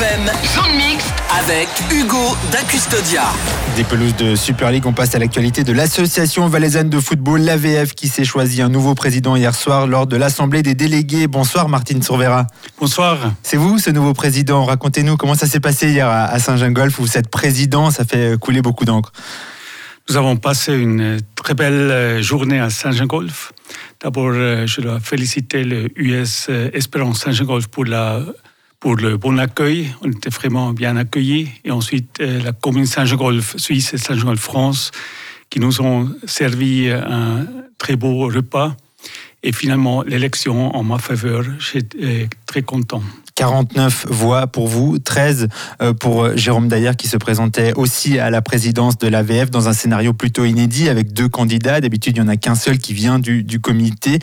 FM, Zone Mixte avec Hugo Dacustodia. Des pelouses de Super League, on passe à l'actualité de l'association valaisanne de football, l'AVF, qui s'est choisi un nouveau président hier soir lors de l'Assemblée des délégués. Bonsoir Martine Survera. Bonsoir. C'est vous ce nouveau président, racontez-nous comment ça s'est passé hier à Saint-Jean-Golf où vous êtes président, ça fait couler beaucoup d'encre. Nous avons passé une très belle journée à Saint-Jean-Golf. D'abord, je dois féliciter le US Espérance Saint-Jean-Golf pour le bon accueil. On était vraiment bien accueillis. Et ensuite, la commune Saint-Jean-Golf Suisse et Saint-Jean-Golf France qui nous ont servi un très beau repas. Et finalement, l'élection en ma faveur, j'étais très content. 49 voix pour vous, 13 pour Jérôme Daillard qui se présentait aussi à la présidence de l'AVF dans un scénario plutôt inédit avec 2 candidats. D'habitude, il n'y en a qu'un seul qui vient du comité.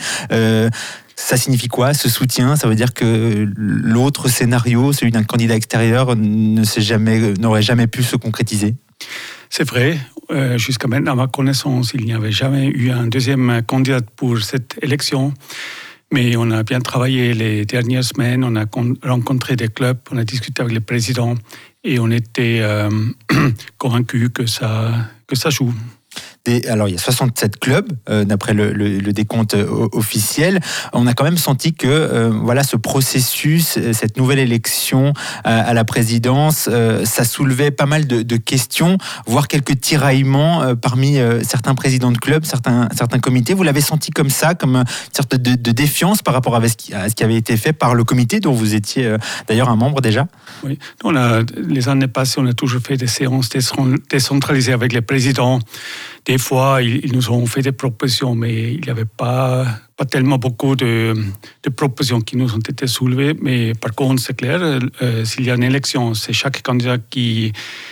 Ça signifie quoi, ce soutien ? Ça veut dire que l'autre scénario, celui d'un candidat extérieur, n'aurait jamais pu se concrétiser ? C'est vrai. Jusqu'à maintenant, à ma connaissance, il n'y avait jamais eu un deuxième candidat pour cette élection. Mais on a bien travaillé les dernières semaines, on a rencontré des clubs, on a discuté avec les présidents et on était convaincus que ça joue. Alors, il y a 67 clubs, d'après le décompte officiel. On a quand même senti que ce processus, cette nouvelle élection à la présidence, ça soulevait pas mal de questions, voire quelques tiraillements parmi certains présidents de clubs, certains comités. Vous l'avez senti comme ça, comme une sorte de défiance par rapport à ce qui avait été fait par le comité, dont vous étiez d'ailleurs un membre déjà ? Oui, les années passées, on a toujours fait des séances décentralisées avec les présidents. Des fois, ils nous ont fait des propositions, mais il n'y avait pas tellement beaucoup de propositions qui nous ont été soulevées. Mais par contre, c'est clair, s'il y a une élection, c'est chaque candidat qui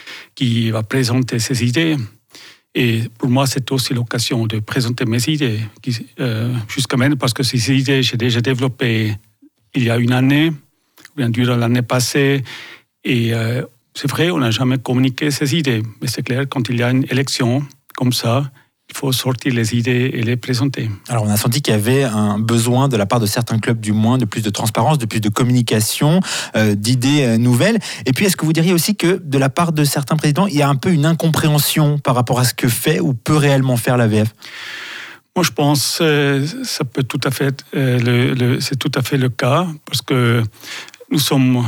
va présenter ses idées. Et pour moi, c'est aussi l'occasion de présenter mes idées jusqu'à maintenant, parce que ces idées, j'ai déjà développées il y a une année, ou bien durant l'année passée. Et c'est vrai, on n'a jamais communiqué ces idées. Mais c'est clair, quand il y a une élection comme ça, il faut sortir les idées et les présenter. Alors on a senti qu'il y avait un besoin de la part de certains clubs du moins de plus de transparence, de plus de communication, d'idées nouvelles. Et puis est-ce que vous diriez aussi que de la part de certains présidents, il y a un peu une incompréhension par rapport à ce que fait ou peut réellement faire l'AVF ? Moi je pense que ça peut tout à fait, c'est tout à fait le cas, parce que nous sommes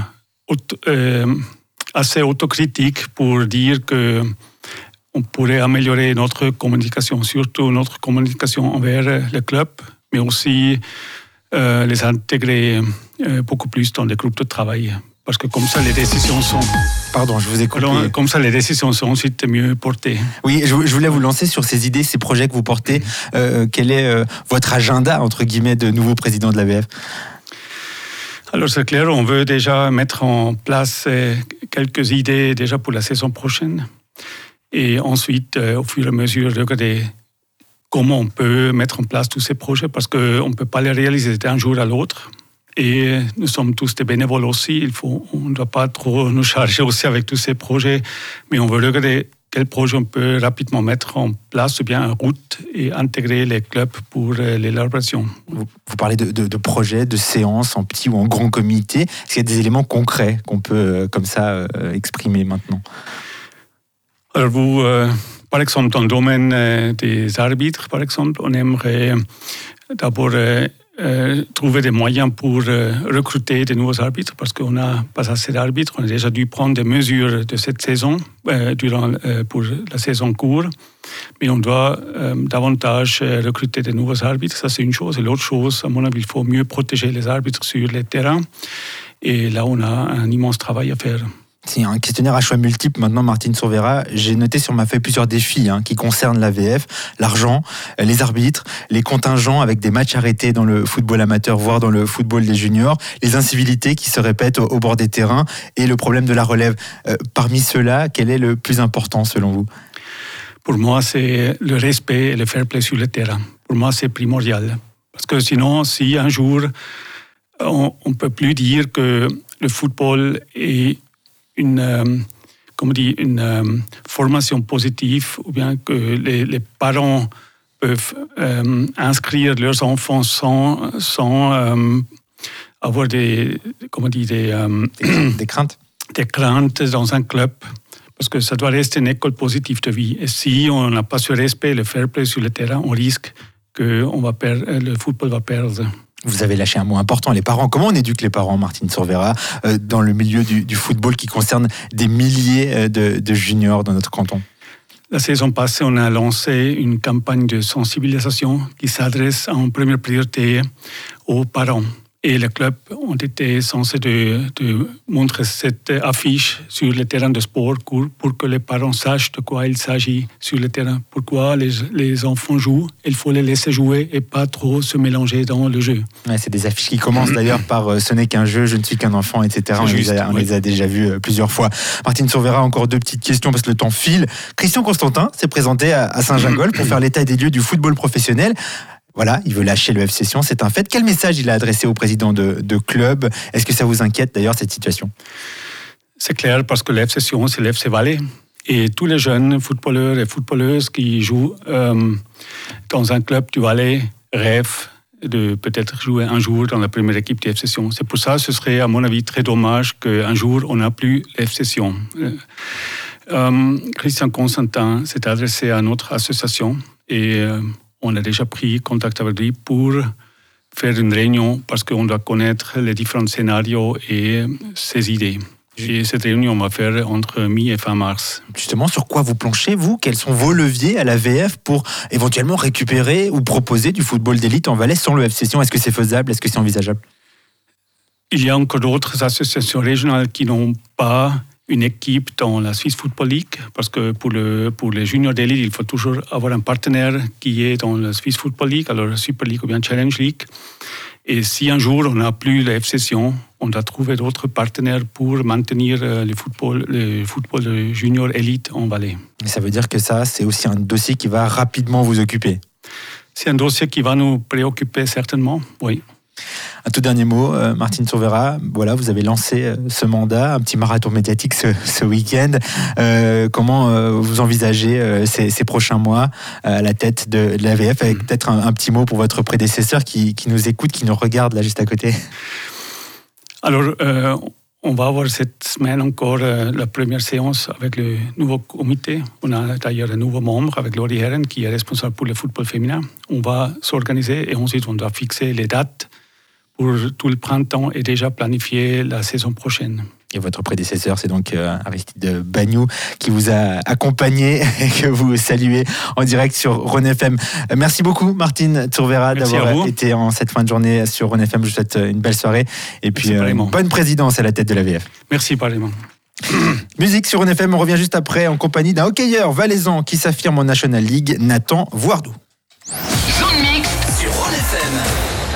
assez autocritiques pour dire que on pourrait améliorer notre communication, surtout notre communication envers les clubs, mais aussi les intégrer beaucoup plus dans les groupes de travail. Parce que comme ça, les décisions sont... Pardon, je vous ai coupé. Comme ça, les décisions sont ensuite mieux portées. Oui, je voulais vous lancer sur ces idées, ces projets que vous portez. Quel est votre agenda, entre guillemets, de nouveau président de l'AVF ? Alors c'est clair, on veut déjà mettre en place quelques idées déjà pour la saison prochaine. Et ensuite, au fur et à mesure, regarder comment on peut mettre en place tous ces projets, parce qu'on ne peut pas les réaliser d'un jour à l'autre. Et nous sommes tous des bénévoles aussi. On ne doit pas trop nous charger aussi avec tous ces projets, mais on veut regarder quels projets on peut rapidement mettre en place ou bien en route et intégrer les clubs pour l'élaboration. Vous parlez de projets, de séances en petit ou en grand comité. Est-ce qu'il y a des éléments concrets qu'on peut comme ça exprimer maintenant ? Alors par exemple, dans le domaine des arbitres, par exemple, on aimerait d'abord trouver des moyens pour recruter de nouveaux arbitres, parce qu'on n'a pas assez d'arbitres. On a déjà dû prendre des mesures de cette saison, pour la saison courte, mais on doit davantage recruter de nouveaux arbitres. Ça, c'est une chose. Et l'autre chose, à mon avis, il faut mieux protéger les arbitres sur les terrains. Et là, on a un immense travail à faire. C'est un questionnaire à choix multiples maintenant, Martine Survera. J'ai noté sur ma feuille plusieurs défis qui concernent l'AVF, l'argent, les arbitres, les contingents avec des matchs arrêtés dans le football amateur, voire dans le football des juniors, les incivilités qui se répètent au bord des terrains et le problème de la relève. Parmi ceux-là, quel est le plus important selon vous ? Pour moi, c'est le respect et le fair play sur le terrain. Pour moi, c'est primordial. Parce que sinon, si un jour, on ne peut plus dire que le football est une formation positive, ou bien que les parents peuvent inscrire leurs enfants sans avoir des craintes. des craintes dans un club, parce que ça doit rester une école positive de vie. Et si on n'a pas ce respect, le fair play sur le terrain, on risque que le football va perdre. Vous avez lâché un mot important, les parents. Comment on éduque les parents, Martine Survera, dans le milieu du football qui concerne des milliers de juniors dans notre canton? La saison passée, on a lancé une campagne de sensibilisation qui s'adresse en première priorité aux parents. Et les clubs ont été censés de montrer cette affiche sur le terrain de sport pour que les parents sachent de quoi il s'agit sur le terrain. Pourquoi les enfants jouent, il faut les laisser jouer et pas trop se mélanger dans le jeu. Ouais, c'est des affiches qui commencent d'ailleurs par « ce n'est qu'un jeu, je ne suis qu'un enfant », etc. On les a déjà vus plusieurs fois. Martine Survera, encore 2 petites questions parce que le temps file. Christian Constantin s'est présenté à Saint-Gingolph pour faire l'état des lieux du football professionnel. Voilà, il veut lâcher le FC Sion, c'est un fait. Quel message il a adressé au président de club? Est-ce que ça vous inquiète d'ailleurs cette situation? C'est clair parce que le FC Sion, c'est le FC Valais. Et tous les jeunes footballeurs et footballeuses qui jouent dans un club du Valais rêvent de peut-être jouer un jour dans la première équipe du FC Sion. C'est pour ça que ce serait à mon avis très dommage qu'un jour on n'a plus le FC Sion. Christian Constantin s'est adressé à notre association et on a déjà pris contact avec lui pour faire une réunion parce qu'on doit connaître les différents scénarios et ses idées. Et cette réunion, on va faire entre mi et fin mars. Justement, sur quoi vous planchez, vous? Quels sont vos leviers à la VF pour éventuellement récupérer ou proposer du football d'élite en Valais sans le FC Sion? Est-ce que c'est faisable? Est-ce que c'est envisageable? Il y a encore d'autres associations régionales qui n'ont pas une équipe dans la Swiss Football League, parce que pour les juniors d'élite, il faut toujours avoir un partenaire qui est dans la Swiss Football League, alors la Super League ou bien Challenge League. Et si un jour on n'a plus la FC Sion, on doit trouver d'autres partenaires pour maintenir le football junior élite en Valais. Et ça veut dire que ça, c'est aussi un dossier qui va rapidement vous occuper? C'est un dossier qui va nous préoccuper certainement, oui. Un tout dernier mot, Martine Survera, voilà, vous avez lancé ce mandat, un petit marathon médiatique ce week-end. Comment vous envisagez ces prochains mois à la tête de l'AVF, avec peut-être un petit mot pour votre prédécesseur qui nous écoute, qui nous regarde là juste à côté? Alors, on va avoir cette semaine encore la première séance avec le nouveau comité. On a d'ailleurs un nouveau membre avec Laurie Herren qui est responsable pour le football féminin. On va s'organiser et ensuite on doit fixer les dates pour tout le printemps et déjà planifier la saison prochaine. Et votre prédécesseur, c'est donc Aristide Bagnou qui vous a accompagné et que vous saluez en direct sur Rhône FM. Merci beaucoup Martine Survera d'avoir été en cette fin de journée sur Rhône FM. Je vous souhaite une belle soirée et puis bonne présidence à la tête de l'AVF. Merci pareillement. Musique sur Rhône FM, on revient juste après en compagnie d'un hockeyeur valaisan qui s'affirme en National League, Nathan Voardou. Zone Mixte sur Rhône FM.